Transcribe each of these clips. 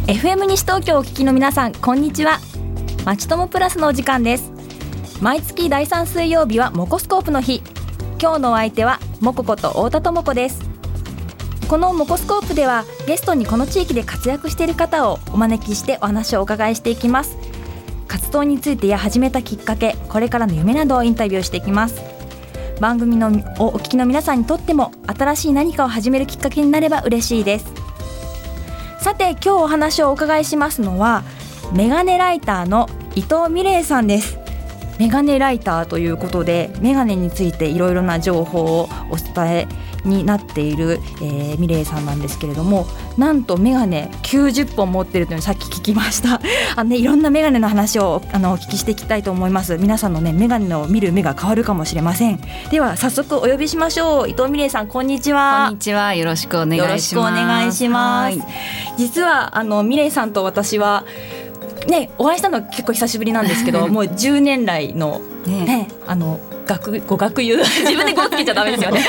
FM 西東京をお聞きの皆さん、こんにちは。まちともプラスのお時間です。毎月第3水曜日はモコスコープの日。今日のお相手はモコこと太田智子です。このモコスコープではゲストにこの地域で活躍している方をお招きしてお話をお伺いしていきます。活動についてや始めたきっかけ、これからの夢などをインタビューしていきます。番組のをお聞きの皆さんにとっても新しい何かを始めるきっかけになれば嬉しいです。さて、今日お話をお伺いしますのはメガネライターの伊藤美玲さんです。メガネライターということでメガネについていろいろな情報をお伝えになっている、美玲さんなんですけれども、なんとメガネ90本持っているというのをさっき聞きましたいろんなメガネの話をお聞きしていきたいと思います。皆さんのね、メガネを見る目が変わるかもしれません。では早速お呼びしましょう。伊藤美玲さん、こんにちは。 こんにちは、よろしくお願いします。 よろしくお願いします。実は美玲さんと私はね、お会いしたのは結構久しぶりなんですけどもう10年来の、ね、ご学友自分でごつけちゃダメですよね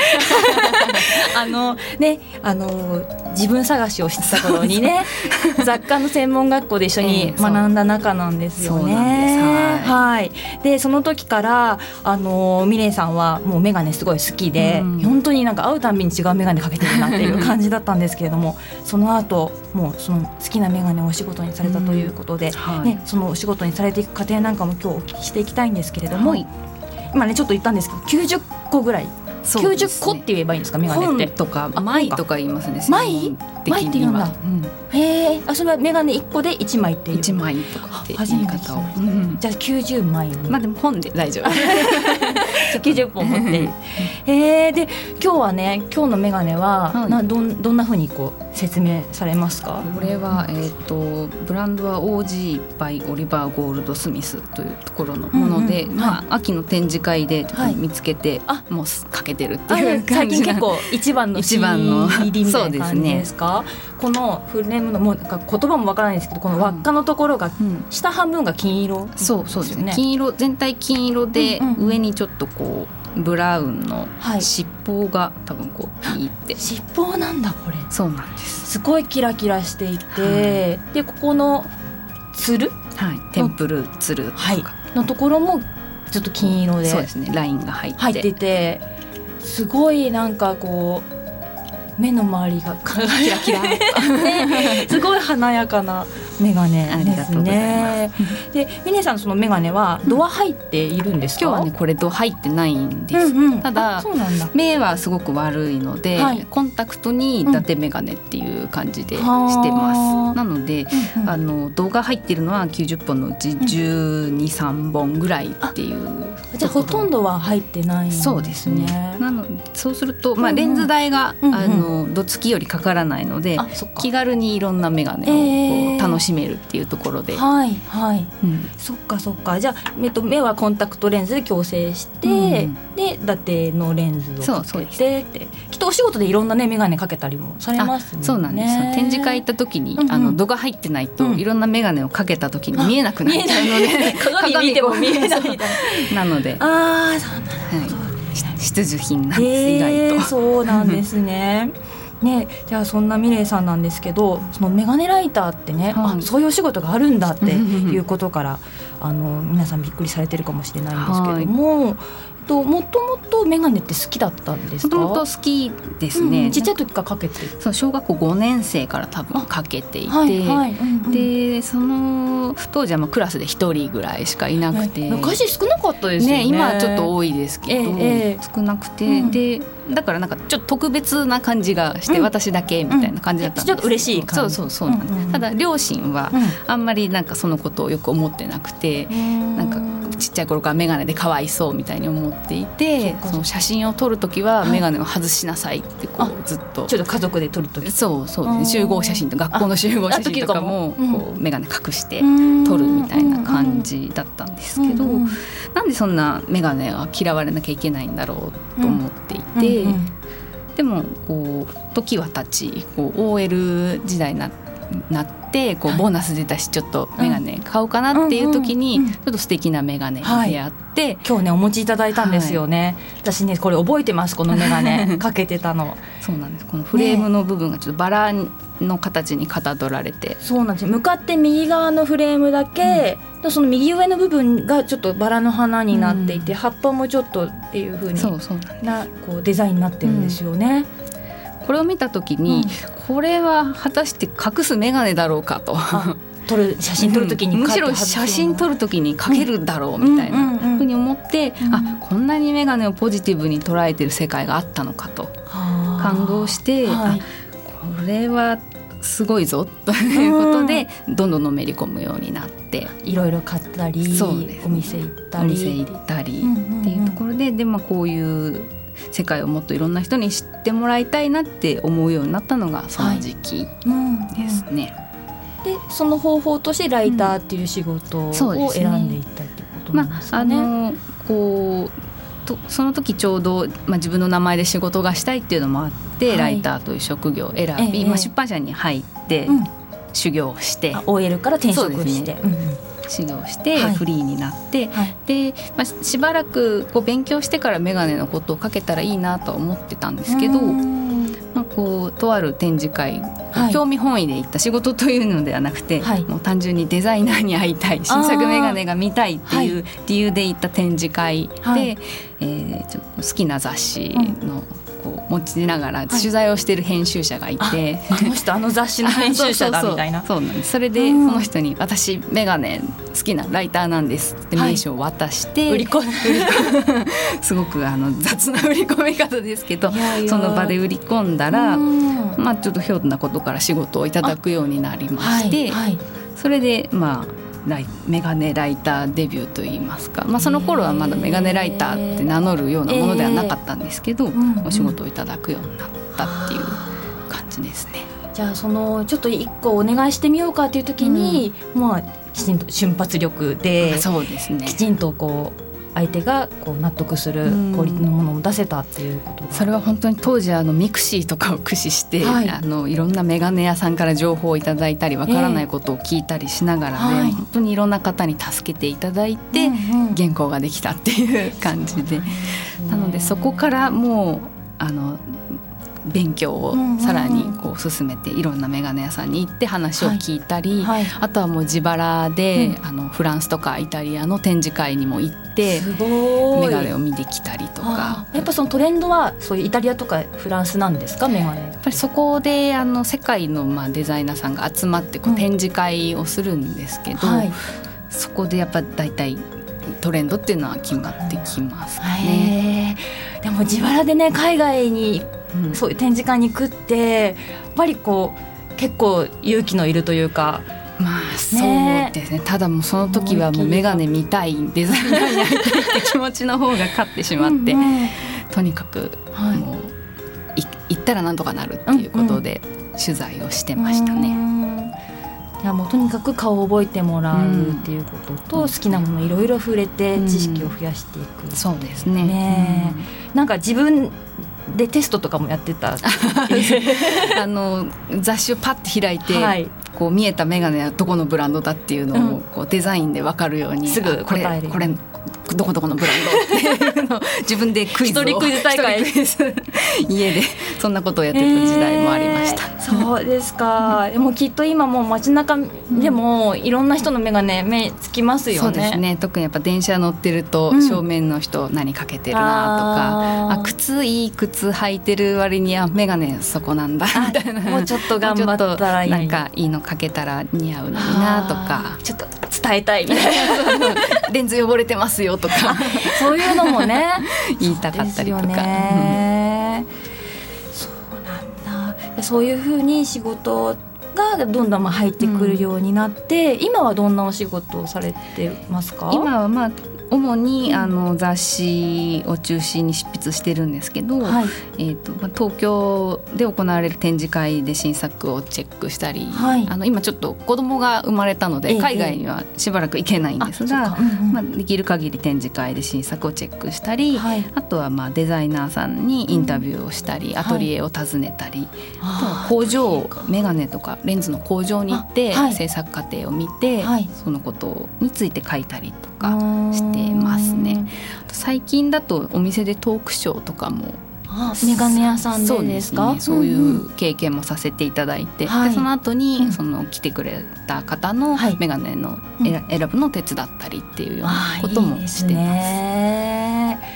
自分探しをしてた頃にね雑貨の専門学校で一緒に学んだ仲なんですよね。はい。でその時からミレイさんはもうメガネすごい好きで、本当になんか会うたんびに違うメガネかけてるなっていう感じだったんですけれどもその後もうその好きなメガネをお仕事にされたということで、そのお仕事にされていく過程なんかも今日お聞きしていきたいんですけれども、今ねちょっと言ったんですけど90個ぐらい、90個って言えばいいんですか、メガネって。 本とか枚とか言いますね。 枚って言うんだ。へえ、それはメガネ1個で1枚っていう。1 枚とかって言い方を。 じゃあ90枚に。 でも本で大丈夫 90本持っているで今日はね、今日のメガネは、どんな風にこう説明されますか？ これは、ブランドは OG バイオリバーゴールドスミスというところのもので、秋の展示会で見つけて、もうかけてるっていう感じ。 最近結構一番の CD みたいな感じですか？このフレームのもうなんか言葉もわからないんですけど、この輪っかのところが、下半分が金色ですよね。 そうですね。金色、全体金色で、上にちょっとこうブラウンの尻尾が多分こうピーって、 尻尾なんだこれ。 そうなんです。 すごいキラキラしていて、でここのつる、 テンプルつるとか、 のところもちょっと金色で、 そうですね、ラインが入ってて、すごいなんかこう目の周りがキラキラすごい華やかなメガネですね。で、ミネさん、そのメガネは度は入っているんですか？ 今日はね、これ度入ってないんです。ただ目はすごく悪いので、コンタクトに伊達メガネっていう感じでしてます。なので、度が入っているのは90本のうち12、3本ぐらいっていう。 じゃあほとんどは入ってないんですね。 そうですね。そうすると、レンズ代が度付きよりかからないので、気軽にいろんなメガネをこう楽しめるっていうところで、そっかそっか。じゃあ目はコンタクトレンズで矯正して、で伊達のレンズをかけてって、きっとお仕事でいろんなねメガネかけたりもされますね。 そうなんですよ。展示会行った時に度が入ってないと、いろんなメガネをかけた時に見えなくなっちゃうので、 鏡見ても見えないみたいなので、 そうなんだ。 必需品なんです、意外と。 そうなんですね。じゃあそんなミレイさんなんですけど、そのメガネライターってね、そういうお仕事があるんだっていうことから皆さんびっくりされてるかもしれないんですけども、もともとメガネって好きだったんですか？ もともと好きですね。 ちっちゃい時からかけて、 小学校5年生から多分かけていて、でその当時はクラスで1人ぐらいしかいなくて、 昔少なかったですよね。 今はちょっと多いですけど、少なくて、でだからなんかちょっと特別な感じがして、私だけみたいな感じだったんです。 ちょっと嬉しい感じ。 そうなんです。ただ両親はあんまりなんかそのことをよく思ってなくて、なんかちっちゃい頃からメガネでかわいそうみたいに思っていて、その写真を撮るときはメガネを外しなさいってこうずっと、 ちょっと家族で撮るとき、 そうですね、集合写真と学校の集合写真とかもこうメガネ隠して撮るみたいな感じだったんですけど、なんでそんなメガネは嫌われなきゃいけないんだろうと思っていて、でもこう時は経ち、こう OL 時代になってってこうボーナス出たしちょっとメガネ買おうかなっていう時にちょっと素敵なメガネに出会って、 今日ねお持ちいただいたんですよね、私ねこれ覚えてます、このメガネかけてたのそうなんです。このフレームの部分がちょっとバラの形にかたどられて、 そうなんです。向かって右側のフレームだけ、その右上の部分がちょっとバラの花になっていて、葉っぱもちょっとっていう風にこうデザインになってるんですよね、 これを見た時に、これは果たして隠すメガネだろうかと写真撮る時にむしろ写真撮る時にかけるだろうみたいなふうに思って、こんなにメガネをポジティブに捉えてる世界があったのかと感動して、これはすごいぞということで、どんどんのめり込むようになって、 いろいろ買ったり、お店行ったりっていうところで、こういう世界をもっといろんな人に知ってもらいたいなって思うようになったのがその時期ですね、 でその方法としてライターっていう仕事を選んでいったってことなんですかね。 その時ちょうど、自分の名前で仕事がしたいっていうのもあって、ライターという職業を選び、出版社に入って修行して、 OL から転職して、 修行してフリーになって、でしばらくこう勉強してからメガネのことをかけたらいいなと思ってたんですけど、とある展示会、興味本位で行った仕事というのではなくて、もう単純にデザイナーに会いたい、新作メガネが見たいっていう理由で行った展示会で、ちょっと好きな雑誌の持ちながら取材をしている編集者がいて、 あの人あの雑誌の編集者だみたいな。 そうなんです。それでその人に私メガネ好きなライターなんですって名刺を渡して、 売り込すごく雑な売り込み方ですけど、その場で売り込んだら、ちょっとひょんなことから仕事をいただくようになりまして、それでメガネライターデビューといいますか、その頃はまだメガネライターって名乗るようなものではなかったんですけど、お仕事をいただくようになったっていう感じですね。 じゃあちょっと一個お願いしてみようかっていう時に、きちんと瞬発力で、 そうですね、 きちんと相手が納得するクオリティのものを出せたっていうことが、 それは本当に当時ミクシーとかを駆使して、いろんなメガネ屋さんから情報をいただいたり、わからないことを聞いたりしながらね、本当にいろんな方に助けていただいて、原稿ができたっていう感じで、なのでそこからもう勉強をさらに進めて、いろんなメガネ屋さんに行って話を聞いたり、あとはもう自腹で、フランスとかイタリアの展示会にも行ってメガネを見てきたりとか。 やっぱそのトレンドはそういうイタリアとかフランスなんですか、メガネ。 やっぱりそこで世界のデザイナーさんが集まって展示会をするんですけど、そこでやっぱだいたいトレンドっていうのは決まってきますね。 でも自腹でね、海外にそういう展示会に行くってやっぱり結構勇気のいるというか、 そうですね。ただもうその時はもうメガネ見たい、デザイナーに会いたいって気持ちの方が勝ってしまってとにかくもう行ったらなんとかなるっていうことで取材をしてましたね。 いや、もうとにかく顔を覚えてもらうっていうことと、好きなものいろいろ触れて知識を増やしていく、 そうですね。 なんか自分でテストとかもやってた雑誌をパッて開いて、見えたメガネはどこのブランドだっていうのをデザインで分かるように、 すぐ答える、 これどこどこのブランドっていうのを自分でクイズを一人クイズ大会家でそんなことをやってた時代もありました、 そうですか。でもきっと今もう街中でもいろんな人のメガネ目つきますよね。 そうですね。特にやっぱ電車乗ってると正面の人何かけてるなとか、靴いい靴履いてる割にはメガネそこなんだみたいな、 もうちょっと頑張ったらいい、 なんかいいのかけたら似合うのになとか、 ちょっと伝えたいみたいなレンズ汚れてますよとかそういうのもね言いたかったりとか、そうなんだ。そういうふうに仕事がどんどん入ってくるようになって、今はどんなお仕事をされてますか？ 今は主に雑誌を中心に執筆してるんですけど、はい、東京で行われる展示会で新作をチェックしたり、はい、今ちょっと子供が生まれたので海外にはしばらく行けないんですが、できる限り展示会で新作をチェックしたり、はい、あとはデザイナーさんにインタビューをしたり、アトリエを訪ねたり、あとは工場、メガネとかレンズの工場に行って制作過程を見て、そのことについて書いたりとかしてますね。最近だとお店でトークショーとかもメガネ屋さんでですか？ そういう経験もさせていただいて、でその後にその来てくれた方のメガネの選ぶのを手伝ったりっていうようなこともしてます。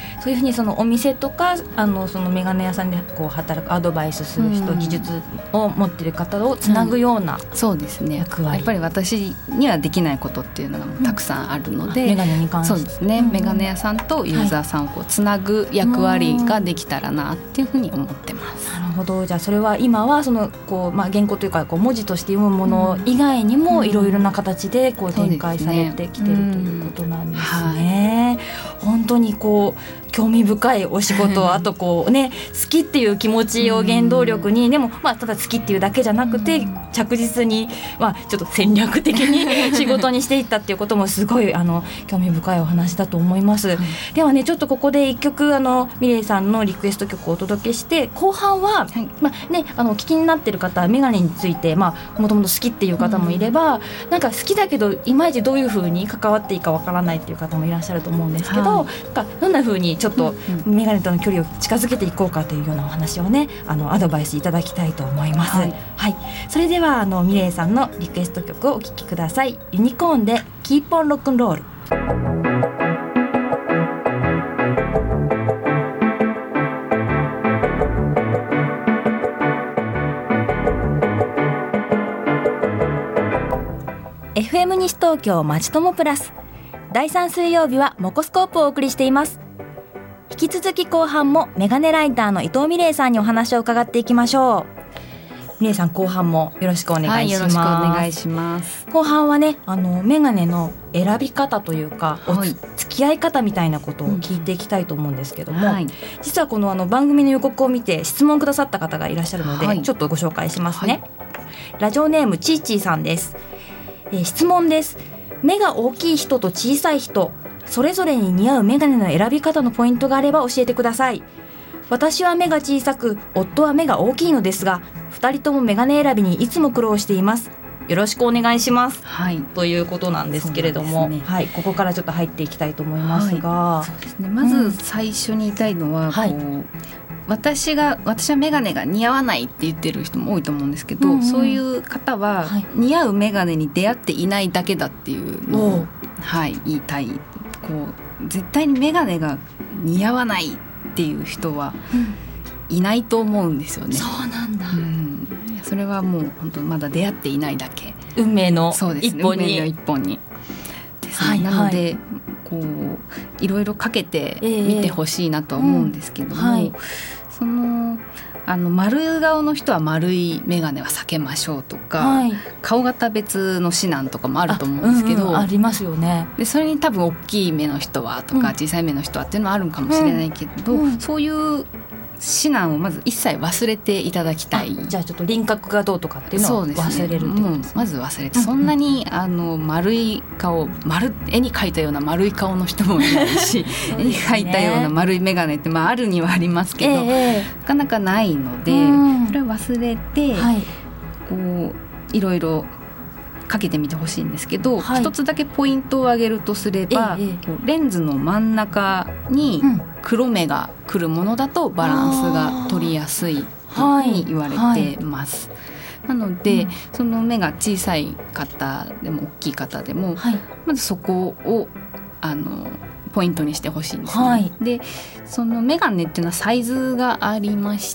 そういうふうにそのお店とかそのメガネ屋さんでこう働くアドバイスする人、技術を持っている方をつなぐような役割、 そうですね。やっぱり私にはできないことっていうのがたくさんあるので、 メガネに関してそうですね、メガネ屋さんとユーザーさんをこうつなぐ役割ができたらなっていうふうに思ってます。 なるほど。じゃあそれは今はそのこう、原稿というかこう文字として読むもの以外にもいろいろな形でこう展開されてきているということなんですね。本当にこう興味深いお仕事あとこうね好きっていう気持ちを原動力に、でもただ好きっていうだけじゃなくて着実にちょっと戦略的に仕事にしていったっていうこともすごい興味深いお話だと思います。ではね、ちょっとここで一曲ミレイさんのリクエスト曲をお届けして、後半は、聞きになってる方、メガネについてもともと好きっていう方もいれば、なんか好きだけどいまいちどういう風に関わっていいかわからないっていう方もいらっしゃると思うんですけど、どんな風にちょっとメガネとの距離を近づけていこうかというようなお話をねアドバイスいただきたいと思います。はい、それではミレイさんのリクエスト曲をお聴きください。ユニコーンでキープオンロックンロール。FM 西東京まちともプラス、第3水曜日はモコスコープをお送りしています。引き続き後半もメガネライターの伊藤美玲さんにお話を伺っていきましょう。美玲さん、後半もよろしくお願いします。 はい、よろしくお願いします。 後半はねメガネの選び方というか、付き合い方みたいなことを聞いていきたいと思うんですけども、実はこの番組の予告を見て質問くださった方がいらっしゃるので、ちょっとご紹介しますね。ラジオネームちーちーさんです。質問です。目が大きい人と小さい人、それぞれに似合うメガネの選び方のポイントがあれば教えてください。私は目が小さく、夫は目が大きいのですが、2人ともメガネ選びにいつも苦労しています。よろしくお願いします、ということなんですけれども、ここからちょっと入っていきたいと思いますが、 そうですね、まず最初に言いたいのは、私はメガネが似合わないって言ってる人も多いと思うんですけど、そういう方は、似合うメガネに出会っていないだけだっていうのを、言いたい。絶対にメガネが似合わないっていう人はいないと思うんですよね。 そうなんだ。 それはもう本当まだ出会っていないだけ。 運命の一本に。 運命の一本にですね。なのでいろいろかけてみてほしいなと思うんですけども、その丸顔の人は丸い眼鏡は避けましょうとか、顔型別の指南とかもあると思うんですけど、 ありますよね。 でそれに多分大きい目の人はとか、小さい目の人はっていうのはあるかもしれないけど、そういう指南をまず一切忘れていただきたい。 じゃあちょっと輪郭がどうとかっていうのを忘れるってことですね。 まず忘れて、そんなに丸い顔、絵に描いたような丸い顔の人もいないし絵に描いたような丸い眼鏡ってあるにはありますけど、なかなかないので、それを忘れて、いろいろかけてみてほしいんですけど、一つだけポイントを挙げるとすれば、レンズの真ん中に黒目が来るものだとバランスが取りやすいというふうに言われてます。なので、その目が小さい方でも大きい方でも、まずそこをポイントにしてほしいんですね。でそのメガネっていうのはサイズがありまして、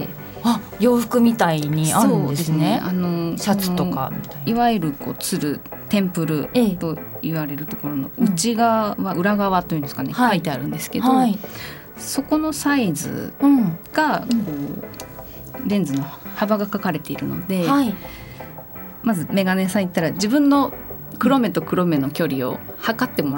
洋服みたいにあるんですね。シャツとかみたいな、 いわゆるつるテンプルと言われるところの内側、裏側というんですかね、書いてあるんですけど、そこのサイズがレンズの幅が書かれているので、まずメガネさん行ったら自分の黒目と黒目の距離を測ってもらっ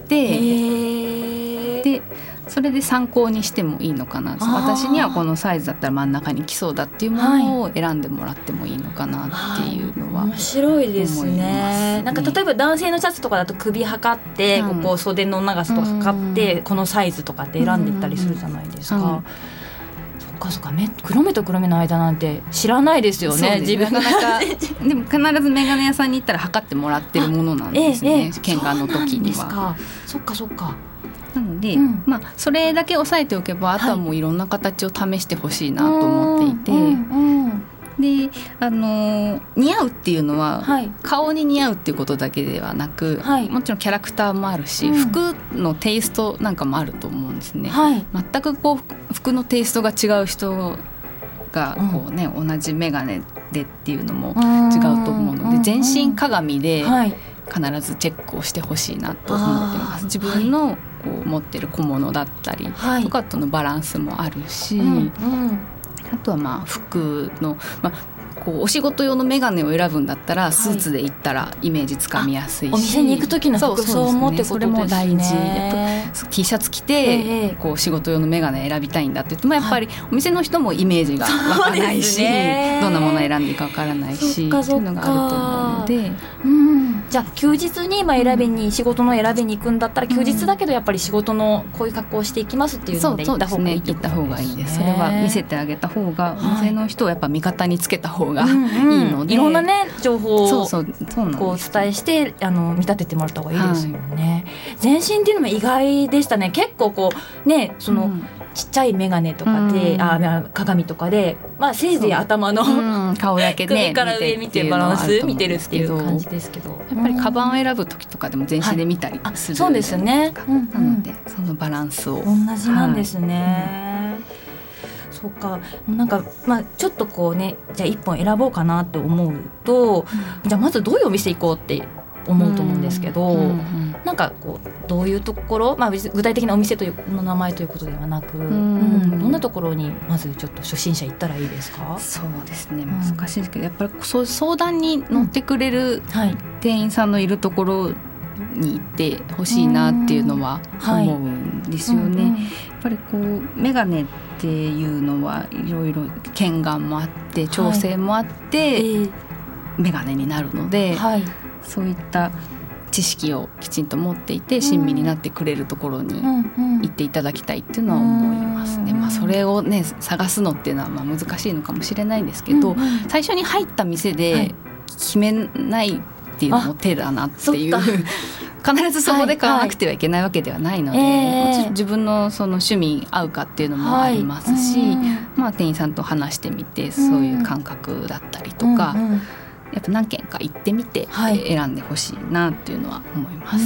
て、でそれで参考にしてもいいのかな、私にはこのサイズだったら真ん中に来そうだっていうものを選んでもらってもいいのかなっていうのは、 面白いですね。なんか例えば男性のシャツとかだと首測って、ここ袖の長さとか測って、このサイズとかって選んでったりするじゃないですか。そっか黒目と黒目の間なんて知らないですよね。自分がでも必ずメガネ屋さんに行ったら測ってもらってるものなんですね、見学の時には。 そっかなので、それだけ押さえておけば、あとはもういろんな形を試してほしいなと思っていて、で似合うっていうのは、顔に似合うっていうことだけではなく、もちろんキャラクターもあるし、服のテイストなんかもあると思うんですね。全くこう服のテイストが違う人がこう、同じ眼鏡でっていうのも違うと思うので、全身鏡で必ずチェックをしてほしいなと思ってます。自分のこう持ってる小物だったりとかとのバランスもあるし、あとは服の、こうお仕事用の眼鏡を選ぶんだったらスーツで行ったらイメージつかみやすいし、 お店に行く時の服装もってことですね。それも大事。 やっぱ T シャツ着て、こう仕事用の眼鏡選びたいんだって言っても、やっぱりお店の人もイメージが湧かないし、どんなものを選んでいいかわからないしっていうのがあると思うので、 じゃあ休日に選びに、仕事の選びに行くんだったら、休日だけどやっぱり仕事のこういう格好をしていきますっていうので行った方がいいってことですね。 行った方がいいです。それは見せてあげた方が、お店の人をやっぱ味方につけた方がいいので、 いろんな情報をこうお伝えして見立ててもらった方がいいですよね。全身っていうのも意外でしたね。結構こうそのちっちゃい眼鏡とかで、鏡とかで、せいぜい頭の顔だけ首から上見てバランス見てるっていう感じですけど、 やっぱりカバンを選ぶ時とかでも全身で見たりする、 そうですね。 なのでそのバランスを同じなんですね。そうか。なんかちょっとこうね、じゃあ1本選ぼうかなと思うと、じゃあまずどういうお店行こうって思うと思うんですけど、なんかこうどういうところ、具体的なお店の名前ということではなく、どんなところにまずちょっと初心者行ったらいいですか？ そうですね、難しいですけど、やっぱり相談に乗ってくれる店員さんのいるところに行ってほしいなっていうのは思うんですよね。やっぱりこう眼鏡っていうのはいろいろ剣眼もあって調整もあって眼鏡になるので、そういった知識をきちんと持っていて親身になってくれるところに行っていただきたいっていうのは思いますね。それをね探すのっていうのは難しいのかもしれないんですけど、最初に入った店で決めないっていうのも手だなっていう、必ずそこで買わなくてはいけないわけではないので、もちろん自分のその趣味合うかっていうのもありますし、店員さんと話してみてそういう感覚だったりとか、やっぱ何軒か行ってみて選んでほしいなっていうのは思います。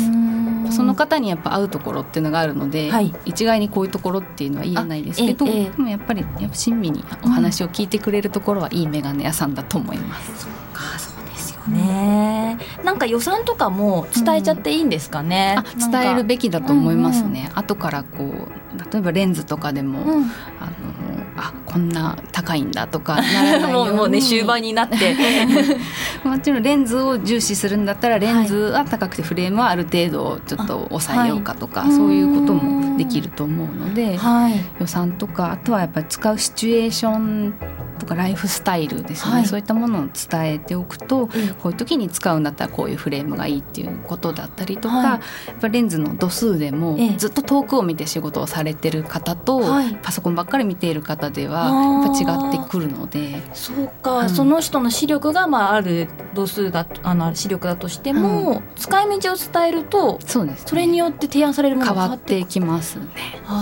その方にやっぱ合うところっていうのがあるので、一概にこういうところっていうのは言えないですけど、でもやっぱり親身にお話を聞いてくれるところはいい眼鏡屋さんだと思います。 そうか、そうですよね。なんか予算とかも伝えちゃっていいんですかね？ 伝えるべきだと思いますね。後からこう例えばレンズとかでも、こんな高いんだとかならないようにもうね終盤になってもちろんレンズを重視するんだったらレンズは高くてフレームはある程度ちょっと抑えようかとか、そういうこともできると思うので、予算とかあとはやっぱり使うシチュエーションとかライフスタイルですね、そういったものを伝えておくと、こういう時に使うんだったらこういうフレームがいいっていうことだったりとか、やっぱレンズの度数でもずっと遠くを見て仕事をされてる方と、パソコンばっかり見ている方ではやっぱ違ってくるので、 そうか、その人の視力がある度数だ視力だとしても、使い道を伝えると それによって提案されるものが変わってきますね。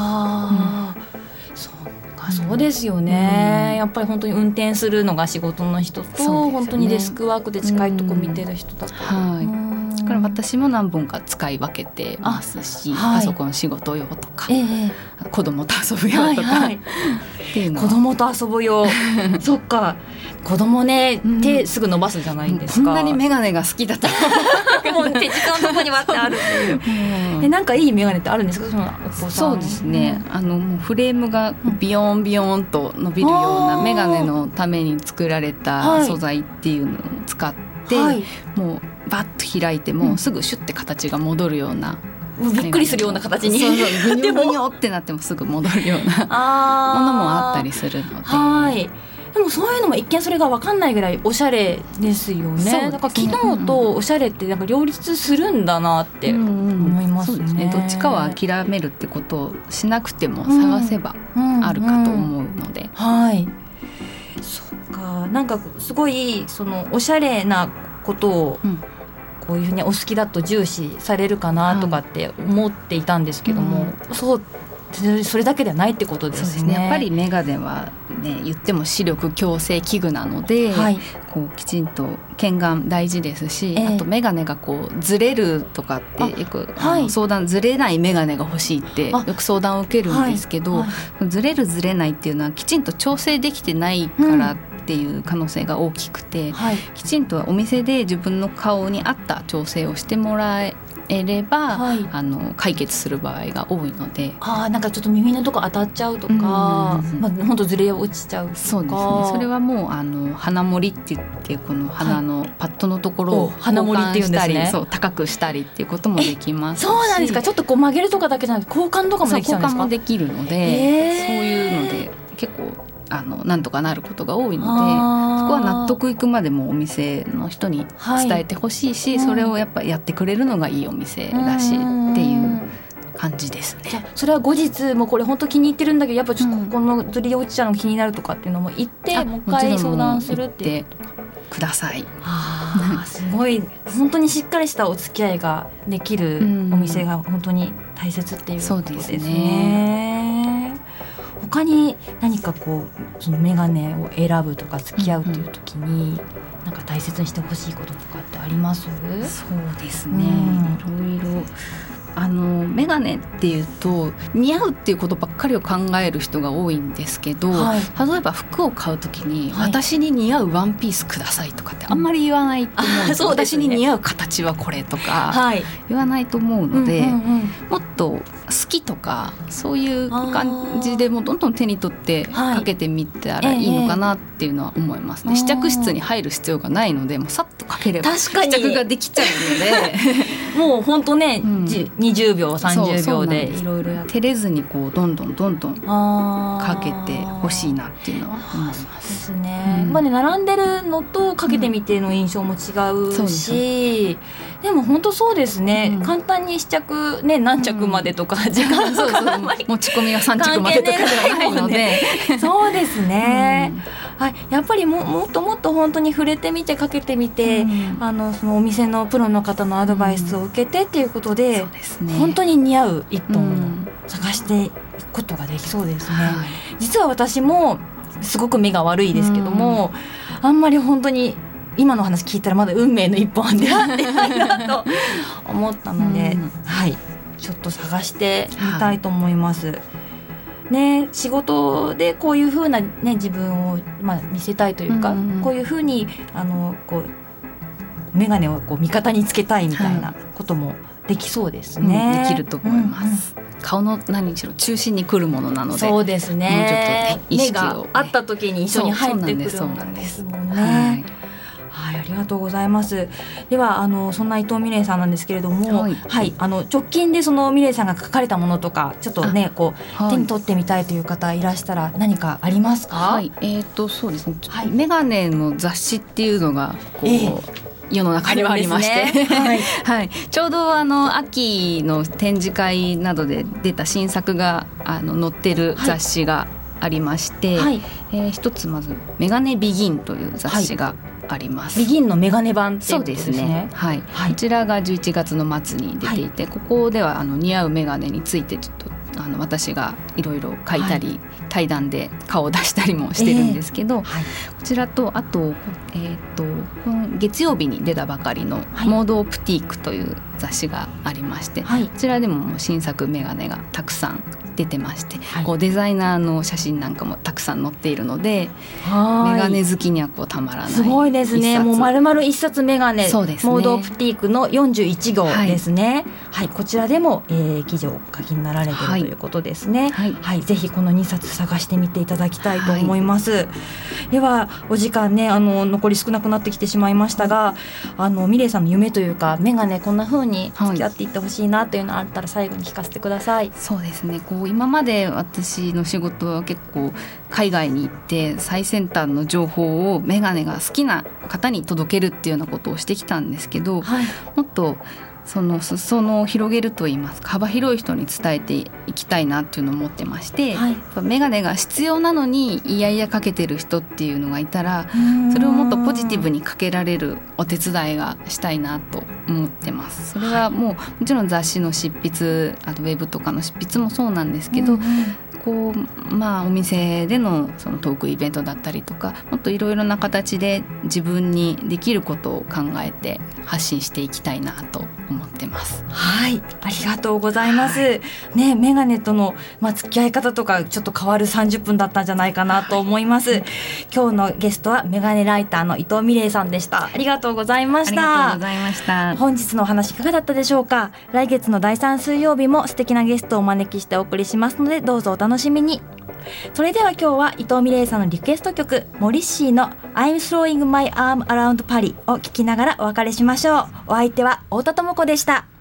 そうですよね、やっぱり本当に運転するのが仕事の人と、本当にデスクワークで近いとこ見てる人だと、 だから私も何本か使い分けてますし、パソコン仕事用とか、子供と遊ぶ用とか、っていうの子供と遊ぶ用そっか、子供ね、手すぐ伸ばすじゃないですか。 こんなにメガネが好きだったもう手近のとこに割ってあるっていうなんかいいメガネってあるんですか、そのお子さん？ そうですね、もうフレームがビヨンビヨンと伸びるようなメガネのために作られた素材っていうのを使って、もうバッと開いてもすぐシュッて形が戻るようなびっくりするような形に、 そうそうぐにょぐにょってなってもすぐ戻るようなものもあったりするので、 はい、でもそういうのも一見それが分かんないぐらいおしゃれですよね。だから機能とおしゃれってなんか両立するんだなって思いますね。 そうですね、どっちかは諦めるってことをしなくても探せばあるかと思うので、 はい、そっか。なんかすごいそのおしゃれなことをこういうふうにお好きだと重視されるかなとかって思っていたんですけども、そうそれだけではないってことですね。 そうですね、やっぱりメガネは、ね、言っても視力矯正器具なので、はい、こうきちんと検眼大事ですし、あとメガネがこうずれるとかってよく相談、ずれないメガネが欲しいってよく相談を受けるんですけど、ずれるずれないっていうのはきちんと調整できてないからっていう可能性が大きくて、きちんとお店で自分の顔に合った調整をしてもらえれば、解決する場合が多いので、 なんかちょっと耳のとこ当たっちゃうとか、ほんとずれ落ちちゃうとか。 そうですね、それはもう鼻盛りって言ってこの鼻のパッドのところを鼻盛りっていうんですね。 そう高くしたりっていうこともできますし。 そうなんですか。ちょっとこう曲げるとかだけじゃなくて交換とかもできちゃうんですか。 交換もできるので、そういうので結構なんとかなることが多いので、そこは納得いくまでもお店の人に伝えてほしいし、それをやっぱやってくれるのがいいお店だしっていう感じですね。 じゃあそれは後日もうこれ本当気に入ってるんだけどやっぱちょっとここのずり落ちちゃうの気になるとかっていうのも言ってもう一回相談するってください。 すごい本当にしっかりしたお付き合いができるお店が本当に大切っていうことですね。他に何かこうそのメガネを選ぶとか付き合うという時になんか大切にしてほしいこととかってあります？ そうですね、いろいろメガネっていうと似合うっていうことばっかりを考える人が多いんですけど、例えば服を買うときに、私に似合うワンピースくださいとかってあんまり言わないと思うんです。私に似合う形はこれとか言わないと思うので、もっと好きとかそういう感じでもうどんどん手に取ってかけてみたらいいのかなっていうのは思いますね。試着室に入る必要がないのでもうさっとかければ試着ができちゃうのでもう本当ね、20秒30秒でいろいろやって照れずにこうどんどんかけてほしいなっていうのは思います。 そうですね、並んでるのとかけてみての印象も違うし、でも本当そうですね、簡単に試着ね何着までとか時間とかあんまり持ち込みが3着までとかではないのでそうですね、やっぱりもっともっと本当に触れてみてかけてみて、そのお店のプロの方のアドバイスを受けてっていうことで、本当に似合う一本を探していくことができそうですね。実は私もすごく目が悪いですけども、あんまり本当に今の話聞いたらまだ運命の一本出会ってないなと思ったので、ちょっと探してみたいと思います。仕事でこういう風な、自分を、見せたいというか、こういう風にこう眼鏡をこう味方につけたいみたいなこともできそうですね。 できると思います。顔の何しろ中心に来るものなので、 そうですね、 もうちょっと意識を、 目があった時に一緒に入ってくるものですもんね。ありがとうございます。ではそんな伊藤美玲さんなんですけれども、直近でその美玲さんが書かれたものとかちょっとねこう手に取ってみたいという方いらしたら何かありますか？ そうですね、メガネの雑誌っていうのがこう、世の中にはありまして、ちょうど秋の展示会などで出た新作が載ってる雑誌がありまして、一つまずメガネビギンという雑誌があります。 ビギンのメガネ版っていうことですね。 そうですね、こちらが11月の末に出ていて、ここでは似合うメガネについてちょっと私がいろいろ書いたり、対談で顔を出したりもしてるんですけど、こちらとあと、月曜日に出たばかりのモードオプティークという雑誌がありまして、こちらでも新作メガネがたくさん出てまして、こうデザイナーの写真なんかもたくさん載っているので、メガネ好きにはこうたまらない。 すごいですね。もう丸々一冊メガネ、 そうですね、 モードオプティークの41号ですね。はい、こちらでも、記事をお書きになられているということですね。ぜひこの2冊探してみていただきたいと思います。ではお時間ね、残り少なくなってきてしまいましたが、ミレイさんの夢というか、メガネこんな風に付き合っていってほしいなというのあったら最後に聞かせてください。 そうですね、こう今まで私の仕事は結構海外に行って最先端の情報をメガネが好きな方に届けるっていうようなことをしてきたんですけど、もっとその裾野を広げるといいますか、幅広い人に伝えていきたいなっていうのを思ってまして、メガネが必要なのにいやいやかけてる人っていうのがいたら、それをもっとポジティブにかけられるお手伝いがしたいなと思ってます。それはもちろん雑誌の執筆、あとウェブとかの執筆もそうなんですけど、こうお店でのそのトークイベントだったりとか、もっといろいろな形で自分にできることを考えて発信していきたいなと思ってます。 はい、ありがとうございます。ね、メガネとの、付き合い方とかちょっと変わる30分だったんじゃないかなと思います。今日のゲストはメガネライターの伊藤美玲さんでした。ありがとうございました。 ありがとうございました。 本日のお話いかがだったでしょうか。来月の第3水曜日も素敵なゲストをお招きしてお送りしますので、どうぞお楽しみに。それでは今日は伊藤美玲さんのリクエスト曲、モリッシーの I'm throwing my arm around Paris を聴きながらお別れしましょう。お相手は太田智子でした。